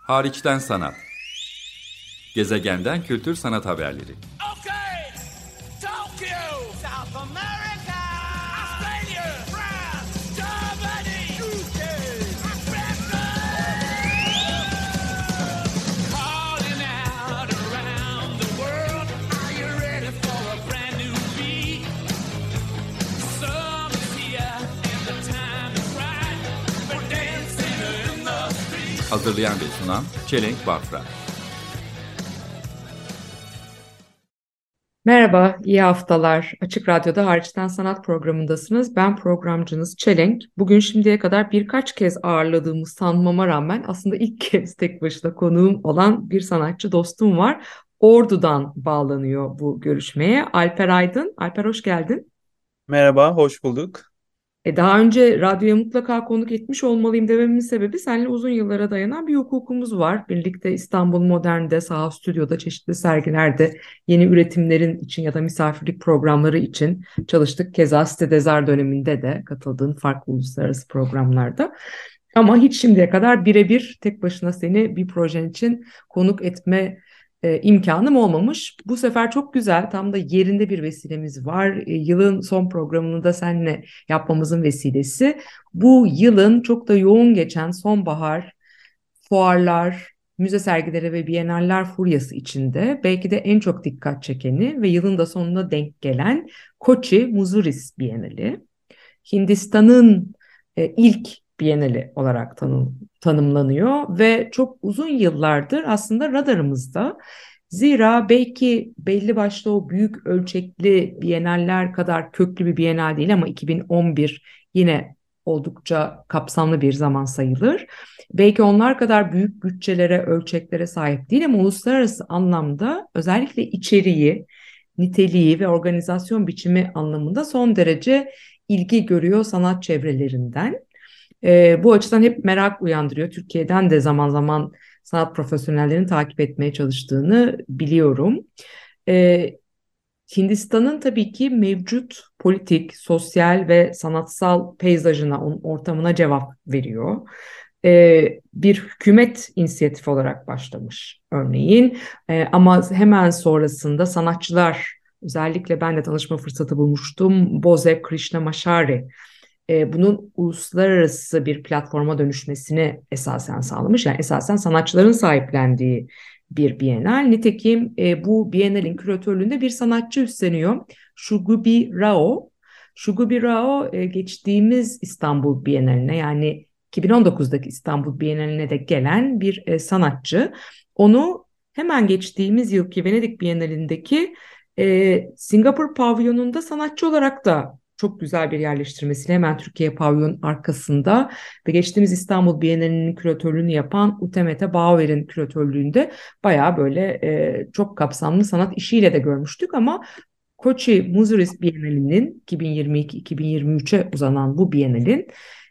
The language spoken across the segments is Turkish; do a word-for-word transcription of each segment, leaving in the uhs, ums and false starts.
Hariçten sanat. Gezegenden kültür sanat haberleri. Okay, Tokyo, South America, Australia, France, Germany, U K, Africa. Calling out around the world. Are you ready for a brand new beat? Summer's here and the time is right. We're dancing in the street. Hazırlayan ve sunan Çelenk Bafra. Merhaba, iyi haftalar. Açık Radyo'da Hariçten Sanat programındasınız. Ben programcınız Çelenk. Bugün şimdiye kadar birkaç kez ağırladığımı sanmama rağmen aslında ilk kez tek başına konuğum olan bir sanatçı dostum var. Ordu'dan bağlanıyor bu görüşmeye. Alper Aydın. Alper hoş geldin. Merhaba, hoş bulduk. E daha önce radyoya mutlaka konuk etmiş olmalıyım dememin sebebi seninle uzun yıllara dayanan bir hukukumuz var. Birlikte İstanbul Modern'de, Saha Stüdyo'da, çeşitli sergilerde yeni üretimlerin için ya da misafirlik programları için çalıştık. Keza Sitedezar döneminde de katıldığın farklı uluslararası programlarda. Ama hiç şimdiye kadar birebir tek başına seni bir projen için konuk etme e, imkanım olmamış. Bu sefer çok güzel, tam da yerinde bir vesilemiz var. E, yılın son programını da seninle yapmamızın vesilesi. Bu yılın çok da yoğun geçen sonbahar, fuarlar, müze sergileri ve biyenaller furyası içinde belki de en çok dikkat çekeni ve yılın da sonuna denk gelen Koçi Muzuris Bienali. Hindistan'ın e, ilk Bienali olarak tanım, tanımlanıyor ve çok uzun yıllardır aslında radarımızda. Zira belki belli başlı o büyük ölçekli biyenaller kadar köklü bir bienal değil ama iki bin on bir yine oldukça kapsamlı bir zaman sayılır. Belki onlar kadar büyük bütçelere, ölçeklere sahip değil ama uluslararası anlamda özellikle içeriği, niteliği ve organizasyon biçimi anlamında son derece ilgi görüyor sanat çevrelerinden. E, bu açıdan hep merak uyandırıyor. Türkiye'den de zaman zaman sanat profesyonellerinin takip etmeye çalıştığını biliyorum. E, Hindistan'ın tabii ki mevcut politik, sosyal ve sanatsal peyzajına, onun ortamına cevap veriyor. Ee, bir hükümet inisiyatifi olarak başlamış örneğin. Ee, ama hemen sonrasında sanatçılar, özellikle ben de tanışma fırsatı bulmuştum, Boze Krishnamachari, e, bunun uluslararası bir platforma dönüşmesini esasen sağlamış. Yani esasen sanatçıların sahiplendiği bir Bienal. Nitekim e, bu Bienal'in küratörlüğünde bir sanatçı üstleniyor. Shugubi Rao. Shugubi Rao e, geçtiğimiz İstanbul Bienali'ne, yani iki bin on dokuzdaki İstanbul Bienali'ne de gelen bir e, sanatçı. Onu hemen geçtiğimiz yılki Venedik Bienalindeki e, Singapur pavyonunda sanatçı olarak da çok güzel bir yerleştirmesiyle hemen Türkiye pavyonun arkasında ve geçtiğimiz İstanbul Bienalinin küratörlüğünü yapan Utemete Bauer'in küratörlüğünde bayağı böyle e, çok kapsamlı sanat işiyle de görmüştük ama Koçi Muzuris Bienalinin iki bin yirmi iki iki bin yirmi üçe uzanan bu Bienalin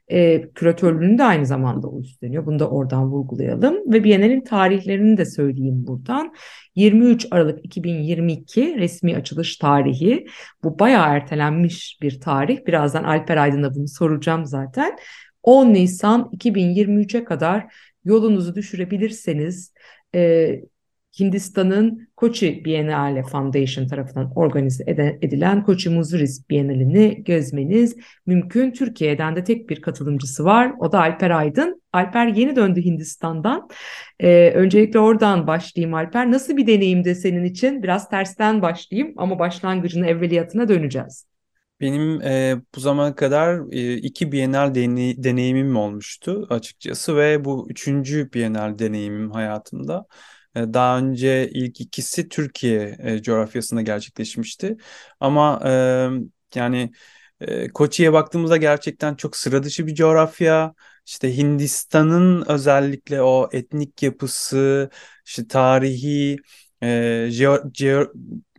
e, küratörlüğünü de aynı zamanda o üstleniyor. Bunu da oradan vurgulayalım ve Bienalin tarihlerini de söyleyeyim buradan. yirmi üç Aralık iki bin yirmi iki resmi açılış tarihi. Bu bayağı ertelenmiş bir tarih. Birazdan Alper Aydın'a bunu soracağım zaten. on Nisan iki bin yirmi üçe kadar yolunuzu düşürebilirseniz e, Hindistan'ın Koçi Biennale Foundation tarafından organize edilen Koçi Muzuris Bienalini gezmeniz mümkün. Türkiye'den de tek bir katılımcısı var. O da Alper Aydın. Alper yeni döndü Hindistan'dan. Ee, öncelikle oradan başlayayım Alper. Nasıl bir deneyimdi senin için? Biraz tersten başlayayım ama başlangıcın evveliyatına döneceğiz. Benim e, bu zamana kadar e, iki Bienal deney- deneyimim olmuştu açıkçası ve bu üçüncü Bienal deneyimim hayatımda. E, daha önce ilk ikisi Türkiye e, coğrafyasında gerçekleşmişti. Ama e, yani e, Koçi'ye baktığımızda gerçekten çok sıra dışı bir coğrafya. İşte Hindistan'ın özellikle o etnik yapısı, işte tarihi, e, jeo- jeo-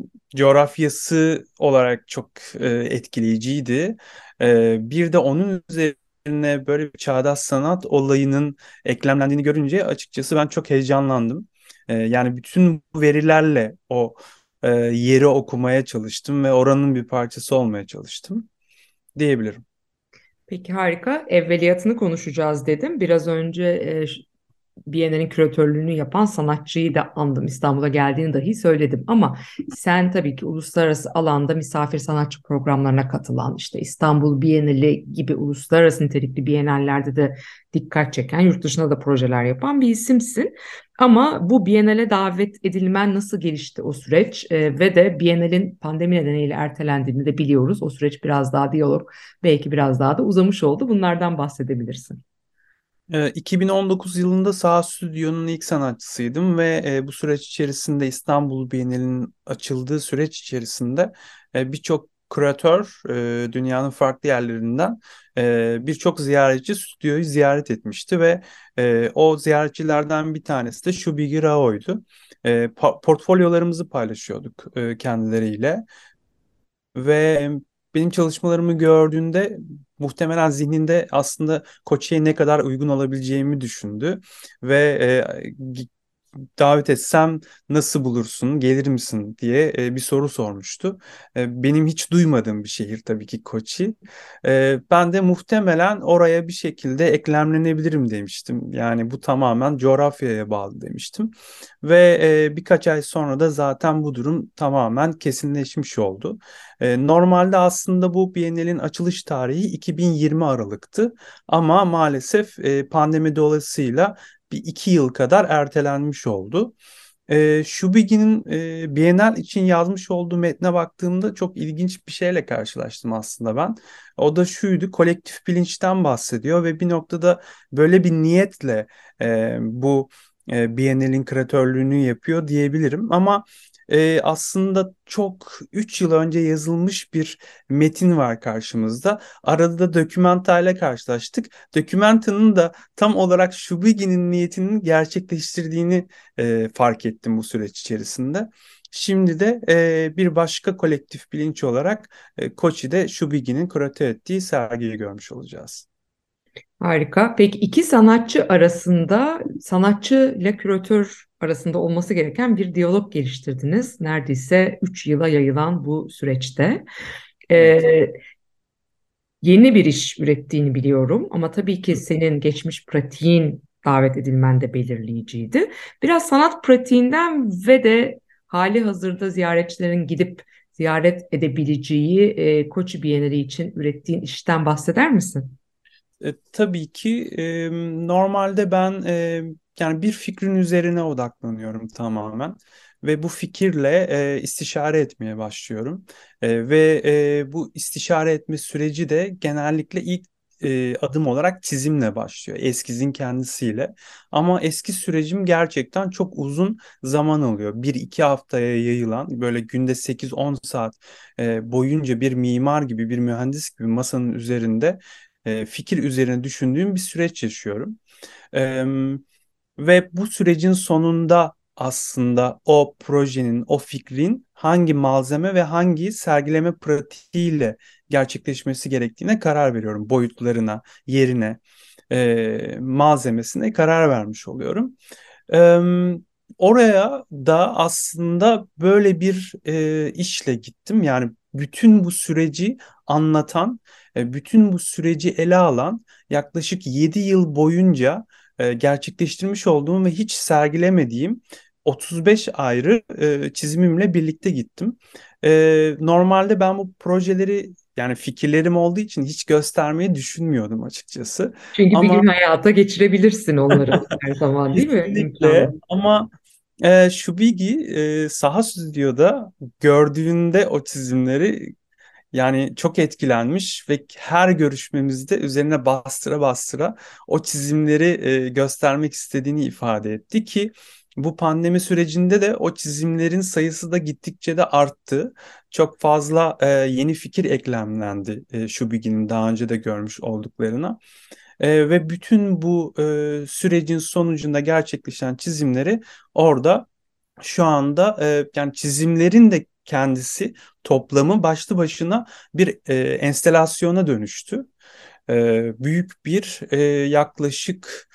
coğrafyası olarak çok e, etkileyiciydi. E, bir de onun üzerine böyle bir çağdaş sanat olayının eklemlendiğini görünce açıkçası ben çok heyecanlandım. E, yani bütün bu verilerle o e, yeri okumaya çalıştım ve oranın bir parçası olmaya çalıştım diyebilirim. Peki harika. Evveliyatını konuşacağız dedim. Biraz önce e, Biennial'in küratörlüğünü yapan sanatçıyı da andım. İstanbul'a geldiğini dahi söyledim. Ama sen tabii ki uluslararası alanda misafir sanatçı programlarına katılan, işte İstanbul Bienali gibi uluslararası nitelikli bienallerde de dikkat çeken, yurt dışında da projeler yapan bir isimsin. Ama bu Biennale davet edilmen nasıl gelişti o süreç? Ee, ve de Biennale'in pandemi nedeniyle ertelendiğini de biliyoruz. O süreç biraz daha diyalog, belki biraz daha da uzamış oldu. Bunlardan bahsedebilirsin. Ee, iki bin on dokuz yılında Sağ Stüdyo'nun ilk sanatçısıydım ve e, bu süreç içerisinde İstanbul Bienali'nin açıldığı süreç içerisinde e, birçok küratör e, dünyanın farklı yerlerinden e, birçok ziyaretçi stüdyoyu ziyaret etmişti ve e, o ziyaretçilerden bir tanesi de Shubigi Rao'ydu. E, pa- portfolyolarımızı paylaşıyorduk e, kendileriyle. Ve benim çalışmalarımı gördüğünde muhtemelen zihninde aslında Koçi'ye ne kadar uygun olabileceğimi düşündü. Ve e, davet etsem nasıl bulursun, gelir misin diye e, bir soru sormuştu. E, benim hiç duymadığım bir şehir tabii ki Koçi. E, ben de muhtemelen oraya bir şekilde eklemlenebilirim demiştim. Yani bu tamamen coğrafyaya bağlı demiştim. Ve e, birkaç ay sonra da zaten bu durum tamamen kesinleşmiş oldu. E, normalde aslında bu Biennial'in açılış tarihi iki bin yirmi Aralık'tı. Ama maalesef e, pandemi dolayısıyla bir iki yıl kadar ertelenmiş oldu. E, Şubigi'nin e, Bienal için yazmış olduğu metne baktığımda çok ilginç bir şeyle karşılaştım aslında ben. O da şuydu, kolektif bilinçten bahsediyor ve bir noktada böyle bir niyetle e, bu e, Biennial'in küratörlüğünü yapıyor diyebilirim. Ama e, aslında çok üç yıl önce yazılmış bir metin var karşımızda. Arada da dokümantayla karşılaştık. Dokümantanın da tam olarak Şubigi'nin niyetinin gerçekleştirdiğini e, fark ettim bu süreç içerisinde. Şimdi de e, bir başka kolektif bilinç olarak e, Koçi'de Şubigi'nin küratör ettiği sergiyi görmüş olacağız. Harika. Peki iki sanatçı arasında, sanatçı ile küratör arasında olması gereken bir diyalog geliştirdiniz. Neredeyse üç yıla yayılan bu süreçte. Evet. Ee, Yeni bir iş ürettiğini biliyorum ama tabii ki senin geçmiş pratiğin davet edilmen de belirleyiciydi. Biraz sanat pratiğinden ve de hali hazırda ziyaretçilerin gidip ziyaret edebileceği e, Koçi Bienali için ürettiğin işten bahseder misin? E, tabii ki e, normalde ben e, yani bir fikrin üzerine odaklanıyorum tamamen ve bu fikirle e, istişare etmeye başlıyorum. E, ve e, bu istişare etme süreci de genellikle ilk e, adım olarak çizimle başlıyor, eskizin kendisiyle. Ama eskiz sürecim gerçekten çok uzun zaman alıyor. Bir iki haftaya yayılan böyle günde sekiz on saat e, boyunca bir mimar gibi, bir mühendis gibi masanın üzerinde e, fikir üzerine düşündüğüm bir süreç yaşıyorum. E, Ve bu sürecin sonunda aslında o projenin, o fikrin hangi malzeme ve hangi sergileme pratiğiyle gerçekleşmesi gerektiğine karar veriyorum. Boyutlarına, yerine, e, malzemesine karar vermiş oluyorum. E, Oraya da aslında böyle bir e, işle gittim. Yani bütün bu süreci anlatan, e, bütün bu süreci ele alan yaklaşık yedi yıl boyunca e, gerçekleştirmiş olduğum ve hiç sergilemediğim otuz beş ayrı e, çizimimle birlikte gittim. E, normalde ben bu projeleri yani fikirlerim olduğu için hiç göstermeyi düşünmüyordum açıkçası. Çünkü bir Ama gün hayata geçirebilirsin onları her zaman, değil mi? kesinlikle İmkanı. ama e, Shubigi e, Saha Stüdyo'da gördüğünde o çizimleri yani çok etkilenmiş ve her görüşmemizde üzerine bastıra bastıra o çizimleri e, göstermek istediğini ifade etti ki bu pandemi sürecinde de o çizimlerin sayısı da gittikçe de arttı. Çok fazla e, yeni fikir eklemlendi e, Şubigi'nin daha önce de görmüş olduklarına. E, ve bütün bu e, sürecin sonucunda gerçekleşen çizimleri orada şu anda e, yani çizimlerin de kendisi toplamı başlı başına bir e, enstelasyona dönüştü. E, büyük bir e, yaklaşık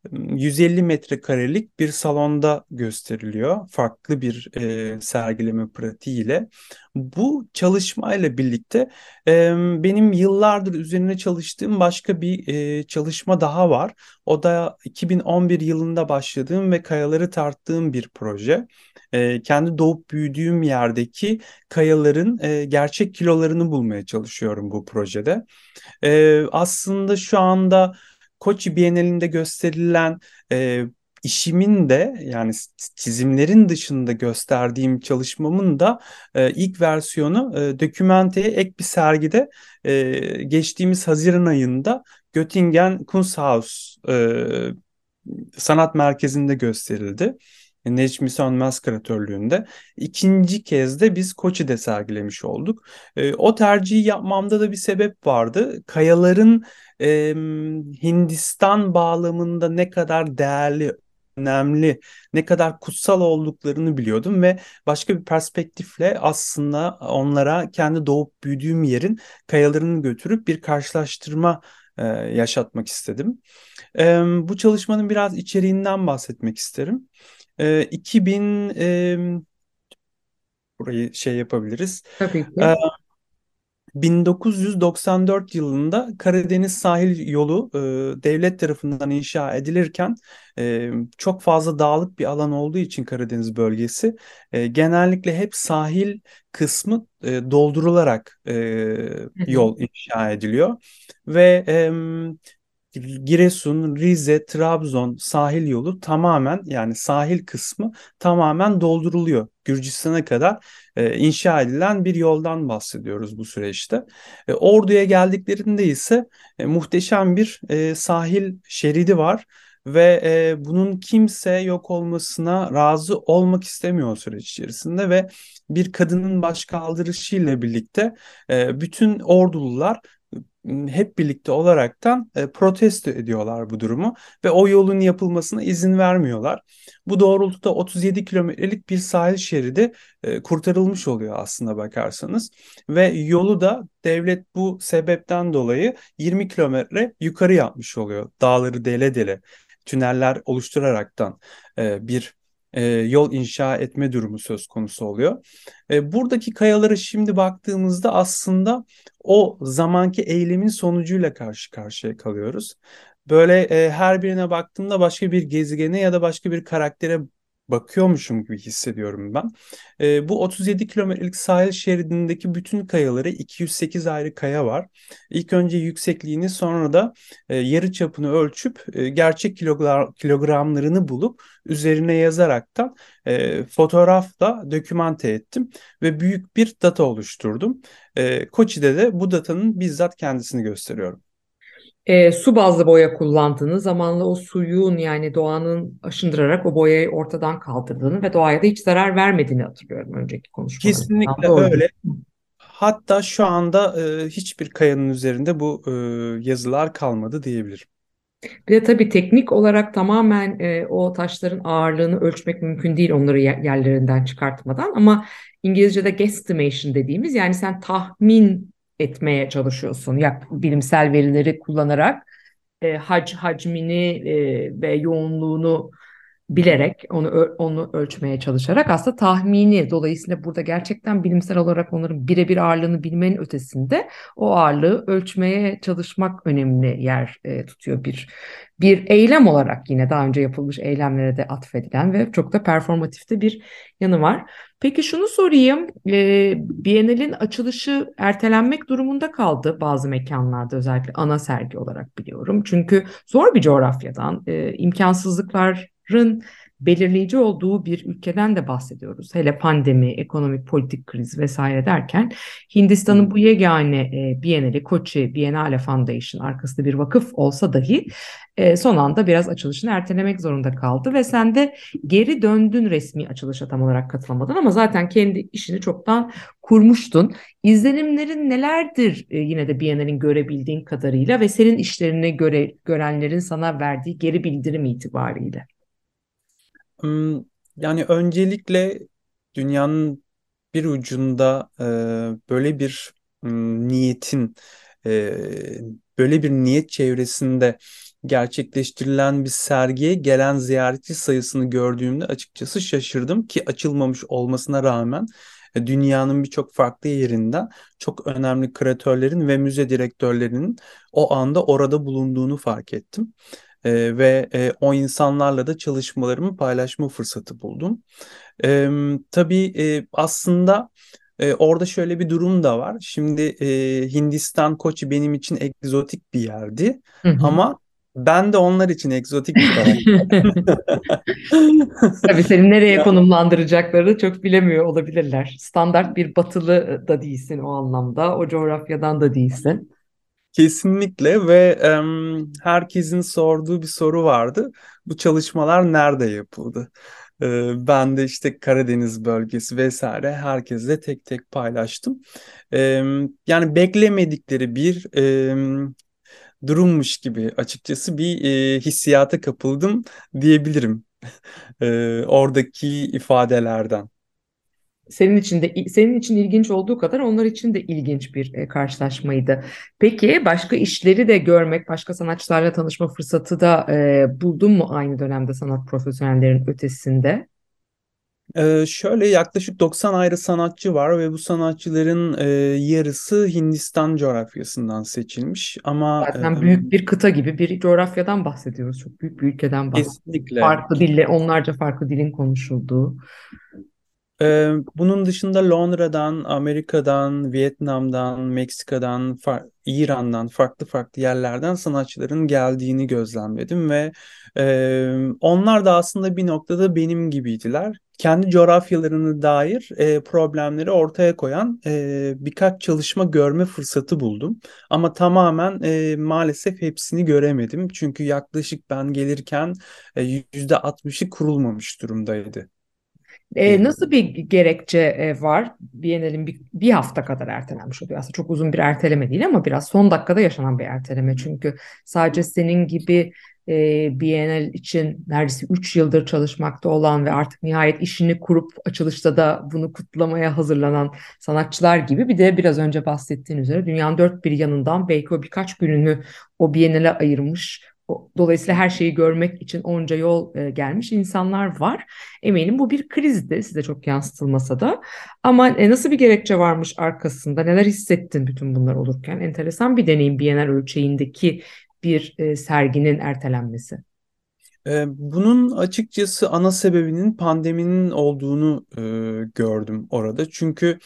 yüz elli metrekarelik bir salonda gösteriliyor. Farklı bir e, sergileme pratiğiyle. Bu çalışmayla birlikte e, benim yıllardır üzerine çalıştığım başka bir e, çalışma daha var. O da iki bin on bir yılında başladığım ve kayaları tarttığım bir proje. E, kendi doğup büyüdüğüm yerdeki kayaların e, gerçek kilolarını bulmaya çalışıyorum bu projede. Ee, aslında şu anda Koç Bienalinde gösterilen e, işimin de yani çizimlerin dışında gösterdiğim çalışmamın da e, ilk versiyonu e, Dokümente'ye ek bir sergide e, geçtiğimiz Haziran ayında Göttingen Kunsthaus e, sanat merkezinde gösterildi. Necmi Sönmez küratörlüğünde. İkinci kez de biz Koçi'de sergilemiş olduk. E, o tercihi yapmamda da bir sebep vardı. Kayaların e, Hindistan bağlamında ne kadar değerli, önemli, ne kadar kutsal olduklarını biliyordum ve başka bir perspektifle aslında onlara kendi doğup büyüdüğüm yerin kayalarını götürüp bir karşılaştırma e, yaşatmak istedim. E, bu çalışmanın biraz içeriğinden bahsetmek isterim. E, iki bin e, burayı şey yapabiliriz. Tabii E, ki. bin dokuz yüz doksan dört yılında Karadeniz sahil yolu e, devlet tarafından inşa edilirken e, çok fazla dağlık bir alan olduğu için Karadeniz bölgesi e, genellikle hep sahil kısmı e, doldurularak e, Hı hı. yol inşa ediliyor ve e, Giresun, Rize, Trabzon sahil yolu tamamen yani sahil kısmı tamamen dolduruluyor. Gürcistan'a kadar e, inşa edilen bir yoldan bahsediyoruz bu süreçte. E, Ordu'ya geldiklerinde ise e, muhteşem bir e, sahil şeridi var ve e, bunun kimse yok olmasına razı olmak istemiyor o süreç içerisinde ve bir kadının baş kaldırışıyla birlikte e, bütün Ordulular hep birlikte olaraktan e, protesto ediyorlar bu durumu ve o yolun yapılmasına izin vermiyorlar. Bu doğrultuda otuz yedi kilometrelik bir sahil şeridi e, kurtarılmış oluyor aslında bakarsanız ve yolu da devlet bu sebepten dolayı yirmi kilometre yukarı yapmış oluyor. Dağları dele dele tüneller oluşturaraktan e, bir e, yol inşa etme durumu söz konusu oluyor. E, buradaki kayalara şimdi baktığımızda aslında o zamanki eylemin sonucuyla karşı karşıya kalıyoruz. Böyle e, her birine baktığımda başka bir gezegene ya da başka bir karaktere bakıyormuşum gibi hissediyorum ben. E, bu otuz yedi kilometrelik sahil şeridindeki bütün kayaları iki yüz sekiz ayrı kaya var. İlk önce yüksekliğini sonra da e, yarı çapını ölçüp e, gerçek kilogram, kilogramlarını bulup üzerine yazaraktan e, fotoğrafla dokümante ettim ve büyük bir data oluşturdum. E, Koçi'de de bu datanın bizzat kendisini gösteriyorum. E, su bazlı boya kullandığını, zamanla o suyun yani doğanın aşındırarak o boyayı ortadan kaldırdığını ve doğaya da hiç zarar vermediğini hatırlıyorum önceki konuşmalarımızdan. Kesinlikle Doğru. öyle. Hatta şu anda e, hiçbir kayanın üzerinde bu e, yazılar kalmadı diyebilirim. Bir de tabii teknik olarak tamamen e, o taşların ağırlığını ölçmek mümkün değil onları yer- yerlerinden çıkartmadan ama İngilizce'de guesstimation dediğimiz yani sen tahmin etmeye çalışıyorsun ya bilimsel verileri kullanarak e, hac hacmini e, ve yoğunluğunu bilerek onu ö- onu ölçmeye çalışarak aslında tahmini dolayısıyla burada gerçekten bilimsel olarak onların birebir ağırlığını bilmenin ötesinde o ağırlığı ölçmeye çalışmak önemli yer e, tutuyor bir bir eylem olarak yine daha önce yapılmış eylemlere de atfedilen ve çok da performatifte bir yanı var. Peki şunu sorayım, e, Biennial'in açılışı ertelenmek durumunda kaldı bazı mekanlarda özellikle ana sergi olarak biliyorum. Çünkü zor bir coğrafyadan, e, imkansızlıkların belirleyici olduğu bir ülkeden de bahsediyoruz. Hele pandemi, ekonomik, politik kriz vesaire derken Hindistan'ın bu yegane e, Biennale, Koçi Biennale Foundation arkasında bir vakıf olsa dahi e, son anda biraz açılışını ertelemek zorunda kaldı ve sen de geri döndün resmi açılışa tam olarak katılamadın ama zaten kendi işini çoktan kurmuştun. İzlenimlerin nelerdir e, yine de Biennale'in görebildiğin kadarıyla ve senin işlerini göre, görenlerin sana verdiği geri bildirim itibariyle? Hmm, Yani öncelikle dünyanın bir ucunda e, böyle bir mm, niyetin e, böyle bir niyet çevresinde gerçekleştirilen bir sergiye gelen ziyaretçi sayısını gördüğümde açıkçası şaşırdım ki açılmamış olmasına rağmen e, dünyanın birçok farklı yerinden çok önemli küratörlerin ve müze direktörlerinin o anda orada bulunduğunu fark ettim. E, ve e, o insanlarla da çalışmalarımı paylaşma fırsatı buldum. E, tabii e, aslında e, orada şöyle bir durum da var. Şimdi e, Hindistan, Koçi benim için egzotik bir yerdi. Hı hı. Ama ben de onlar için egzotik bir karakter. Tabii seni nereye Ya, konumlandıracaklarını çok bilemiyor olabilirler. Standart bir batılı da değilsin o anlamda, o coğrafyadan da değilsin. kesinlikle ve em, herkesin sorduğu bir soru vardı. Bu çalışmalar nerede yapıldı? E, ben de işte Karadeniz bölgesi vesaire herkesle tek tek paylaştım. Em, yani beklemedikleri bir em, durummuş gibi açıkçası bir e, hissiyata kapıldım diyebilirim e, oradaki ifadelerden. Senin için de senin için ilginç olduğu kadar onlar için de ilginç bir e, karşılaşmaydı. Peki başka işleri de görmek, başka sanatçılarla tanışma fırsatı da e, buldun mu aynı dönemde sanat profesyonellerin ötesinde? Ee, şöyle yaklaşık doksan ayrı sanatçı var ve bu sanatçıların e, yarısı Hindistan coğrafyasından seçilmiş. Ama e, Zaten büyük bir kıta gibi bir coğrafyadan bahsediyoruz. Çok büyük bir ülkeden bahsediyoruz. kesinlikle. Farklı dille, onlarca farklı dilin konuşulduğu. Ee, bunun dışında Londra'dan, Amerika'dan, Vietnam'dan, Meksika'dan, far- İran'dan, farklı farklı yerlerden sanatçıların geldiğini gözlemledim ve e, onlar da aslında bir noktada benim gibiydiler. Kendi coğrafyalarına dair e, problemleri ortaya koyan e, birkaç çalışma görme fırsatı buldum. Ama tamamen e, maalesef hepsini göremedim. Çünkü yaklaşık ben gelirken e, yüzde altmışı kurulmamış durumdaydı E, nasıl diyebilirim. bir gerekçe e, var? Biennial'in bir, bir hafta kadar ertelenmiş oluyor. Aslında çok uzun bir erteleme değil ama biraz son dakikada yaşanan bir erteleme. Çünkü sadece senin gibi e, Biennial için neredeyse üç yıldır çalışmakta olan ve artık nihayet işini kurup açılışta da bunu kutlamaya hazırlanan sanatçılar gibi bir de biraz önce bahsettiğin üzere dünyanın dört bir yanından belki o birkaç gününü o Biennial'e ayırmış. O- Dolayısıyla her şeyi görmek için onca yol e, gelmiş insanlar var. Eminim bu bir krizdi, size çok yansıtılmasa da. Ama e, nasıl bir gerekçe varmış arkasında? Neler hissettin bütün bunlar olurken? Enteresan bir deneyim, Biennial ölçeğindeki bir e, serginin ertelenmesi. Ee, Bunun açıkçası ana sebebinin pandeminin olduğunu e, gördüm orada. Çünkü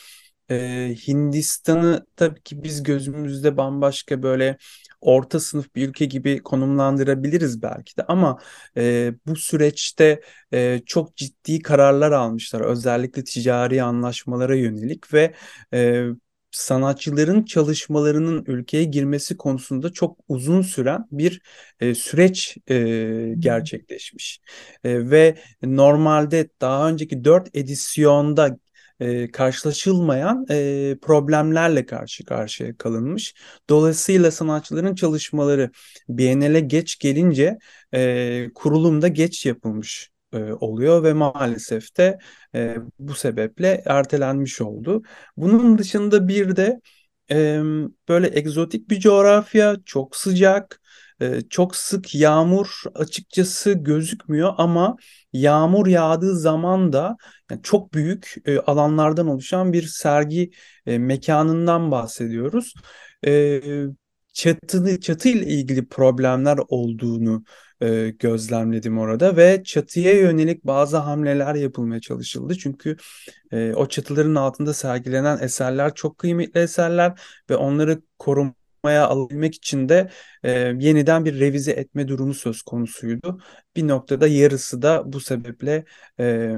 e, Hindistan'ı tabii ki biz gözümüzde bambaşka böyle orta sınıf bir ülke gibi konumlandırabiliriz belki de ama e, bu süreçte e, çok ciddi kararlar almışlar. Özellikle ticari anlaşmalara yönelik ve e, sanatçıların çalışmalarının ülkeye girmesi konusunda çok uzun süren bir e, süreç e, gerçekleşmiş. E, ve normalde daha önceki dört edisyonda e, karşılaşılmayan e, problemlerle karşı karşıya kalınmış. Dolayısıyla sanatçıların çalışmaları Biennale geç gelince e, kurulumda geç yapılmış e, oluyor ve maalesef de e, bu sebeple ertelenmiş oldu. Bunun dışında bir de e, böyle egzotik bir coğrafya, çok sıcak. Ee, çok sık yağmur açıkçası gözükmüyor ama yağmur yağdığı zaman da yani çok büyük e, alanlardan oluşan bir sergi e, mekanından bahsediyoruz. E, çatı, çatı ile ilgili problemler olduğunu e, gözlemledim orada ve çatıya yönelik bazı hamleler yapılmaya çalışıldı. Çünkü e, o çatıların altında sergilenen eserler çok kıymetli eserler ve onları korumaya alabilmek için de e, yeniden bir revize etme durumu söz konusuydu. Bir noktada yarısı da bu sebeple e,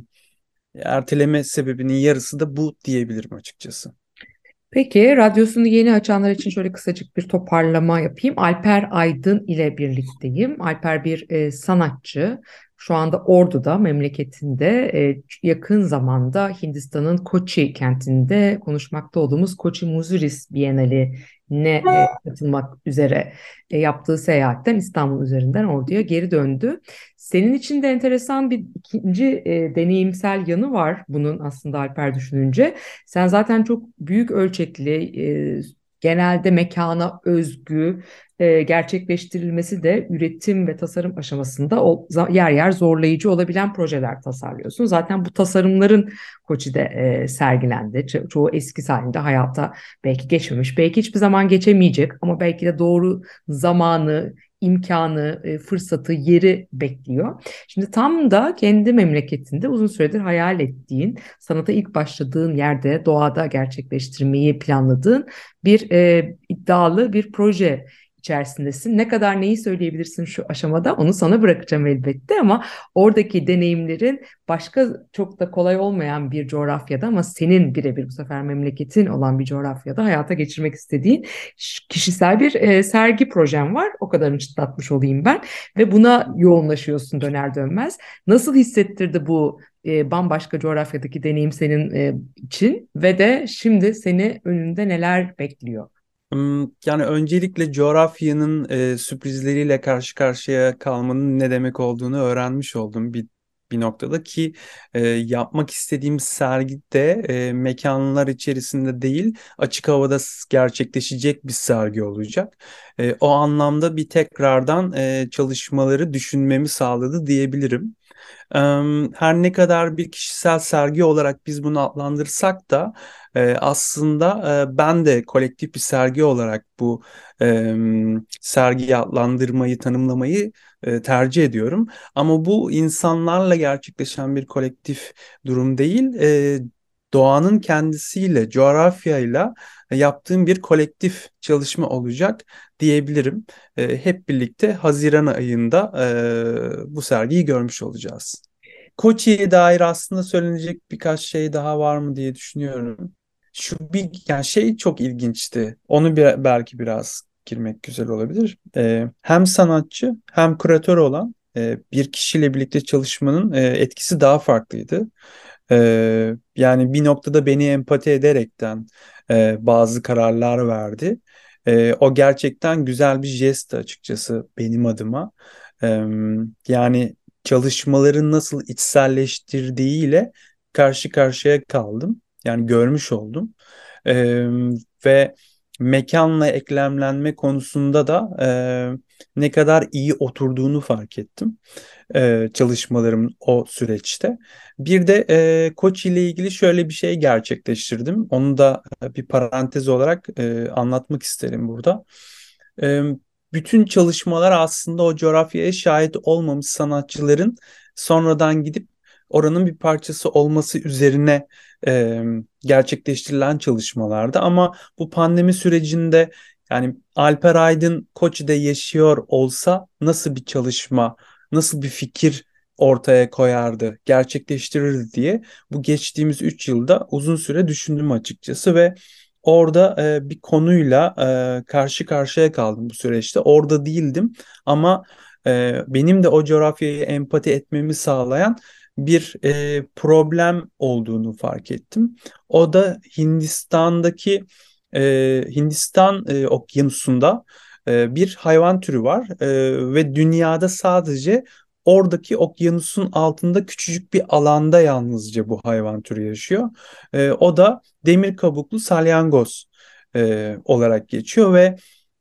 erteleme sebebinin yarısı da bu diyebilirim açıkçası. Peki, radyosunu yeni açanlar için şöyle kısacık bir toparlama yapayım. Alper Aydın ile birlikteyim. Alper bir e, sanatçı. Şu anda Ordu'da, memleketinde e, yakın zamanda Hindistan'ın Koçi kentinde konuşmakta olduğumuz Koçi Muziris Bienali'ne e, katılmak üzere e, yaptığı seyahatten İstanbul üzerinden Ordu'ya geri döndü. Senin için de enteresan bir ikinci e, deneyimsel yanı var bunun aslında Alper düşününce. Sen zaten çok büyük ölçekli, genelde mekana özgü, e, gerçekleştirilmesi de üretim ve tasarım aşamasında o, yer yer zorlayıcı olabilen projeler tasarlıyorsun. Zaten bu tasarımların Koçi'de e, sergilendi. Ço- çoğu eski halinde hayata belki geçmemiş, belki hiçbir zaman geçemeyecek ama belki de doğru zamanı, imkanı, e, fırsatı, yeri bekliyor. Şimdi tam da kendi memleketinde uzun süredir hayal ettiğin, sanata ilk başladığın yerde, doğada gerçekleştirmeyi planladığın bir e, iddialı bir proje içerisindesin. Ne kadar neyi söyleyebilirsin şu aşamada onu sana bırakacağım elbette ama oradaki deneyimlerin başka çok da kolay olmayan bir coğrafyada ama senin birebir bu sefer memleketin olan bir coğrafyada hayata geçirmek istediğin kişisel bir e, sergi projem var. O kadarını çıtlatmış olayım ben ve buna yoğunlaşıyorsun döner dönmez. Nasıl hissettirdi bu e, bambaşka coğrafyadaki deneyim senin e, için ve de şimdi seni önünde neler bekliyor? Hmm, Yani öncelikle coğrafyanın e, sürprizleriyle karşı karşıya kalmanın ne demek olduğunu öğrenmiş oldum bir bir noktada ki e, yapmak istediğim sergide e, mekanlar içerisinde değil açık havada s- gerçekleşecek bir sergi olacak. E, o anlamda bir tekrardan e, çalışmaları düşünmemi sağladı diyebilirim. Em, Her ne kadar bir kişisel sergi olarak biz bunu adlandırsak da e, aslında e, ben de kolektif bir sergi olarak bu em, sergiyi adlandırmayı, tanımlamayı e, tercih ediyorum. Ama bu insanlarla gerçekleşen bir kolektif durum değil, e, doğanın kendisiyle, coğrafyayla yaptığım bir kolektif çalışma olacak diyebilirim. E, hep birlikte Haziran ayında e, bu sergiyi görmüş olacağız. Koçi'ye dair aslında söylenecek birkaç şey daha var mı diye düşünüyorum. Şu bir yani şey çok ilginçti. Onu bir, belki biraz girmek güzel olabilir. E, hem sanatçı hem küratör olan e, bir kişiyle birlikte çalışmanın e, etkisi daha farklıydı. E, yani bir noktada beni empati ederekten e, bazı kararlar verdi. E, o gerçekten güzel bir jest açıkçası benim adıma. E, Yani çalışmaların nasıl içselleştirdiğiyle karşı karşıya kaldım. Yani görmüş oldum. E, Ve mekanla eklemlenme konusunda da e, ne kadar iyi oturduğunu fark ettim e, çalışmalarım o süreçte. Bir de e, Koç ile ilgili şöyle bir şey gerçekleştirdim. Onu da e, bir parantez olarak e, anlatmak isterim burada. E, Bütün çalışmalar aslında o coğrafyaya şahit olmamış sanatçıların sonradan gidip oranın bir parçası olması üzerine e, gerçekleştirilen çalışmalardı. Ama bu pandemi sürecinde yani Alper Aydın Koç'ta yaşıyor olsa nasıl bir çalışma, nasıl bir fikir ortaya koyardı, gerçekleştirirdi diye bu geçtiğimiz üç yılda uzun süre düşündüm açıkçası ve orada e, bir konuyla e, karşı karşıya kaldım bu süreçte. Orada değildim ama e, benim de o coğrafyaya empati etmemi sağlayan bir e, problem olduğunu fark ettim. O da Hindistan'daki e, Hindistan e, okyanusunda e, bir hayvan türü var e, ve dünyada sadece oradaki okyanusun altında küçücük bir alanda yalnızca bu hayvan türü yaşıyor. E, o da demir kabuklu salyangoz e, olarak geçiyor ve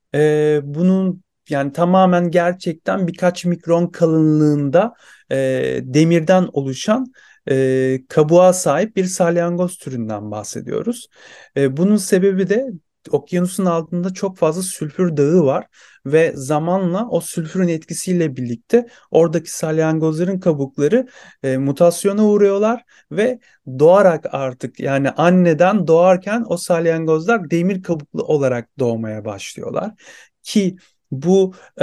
e, bunun yani tamamen gerçekten birkaç mikron kalınlığında e, demirden oluşan e, kabuğa sahip bir salyangoz türünden bahsediyoruz. E, bunun sebebi de okyanusun altında çok fazla sülfür dağı var ve zamanla o sülfürün etkisiyle birlikte oradaki salyangozların kabukları e, mutasyona uğruyorlar ve doğarak artık yani anneden doğarken o salyangozlar demir kabuklu olarak doğmaya başlıyorlar. Ki bu e,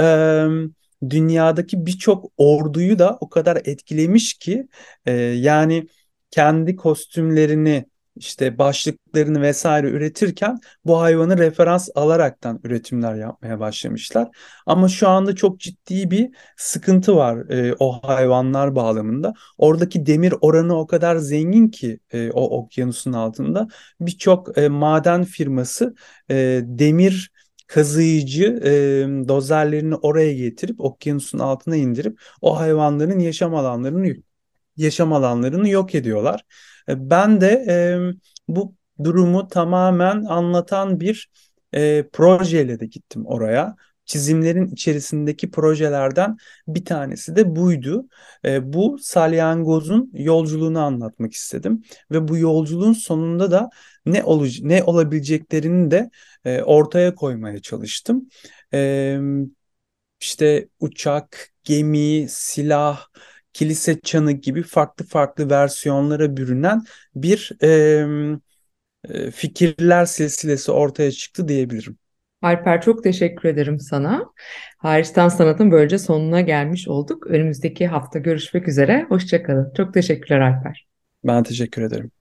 dünyadaki birçok orduyu da o kadar etkilemiş ki e, yani kendi kostümlerini işte başlıklarını vesaire üretirken bu hayvanı referans alaraktan üretimler yapmaya başlamışlar. Ama şu anda çok ciddi bir sıkıntı var e, o hayvanlar bağlamında. Oradaki demir oranı o kadar zengin ki e, o okyanusun altında birçok e, maden firması e, demir kazıyıcı e, dozerlerini oraya getirip okyanusun altına indirip o hayvanların yaşam alanlarını yaşam alanlarını yok ediyorlar. E, Ben de e, bu durumu tamamen anlatan bir e, projeyle de gittim oraya. Çizimlerin içerisindeki projelerden bir tanesi de buydu. E, bu salyangozun yolculuğunu anlatmak istedim ve bu yolculuğun sonunda da ne oluc ne olabileceklerini de e, ortaya koymaya çalıştım. E, işte uçak, gemi, silah, kilise çanı gibi farklı farklı versiyonlara bürünen bir e, e, fikirler silsilesi ortaya çıktı diyebilirim. Alper, çok teşekkür ederim sana. Hariçten Sanat'ın böylece sonuna gelmiş olduk. Önümüzdeki hafta görüşmek üzere. Hoşça kalın. Çok teşekkürler Alper. Ben teşekkür ederim.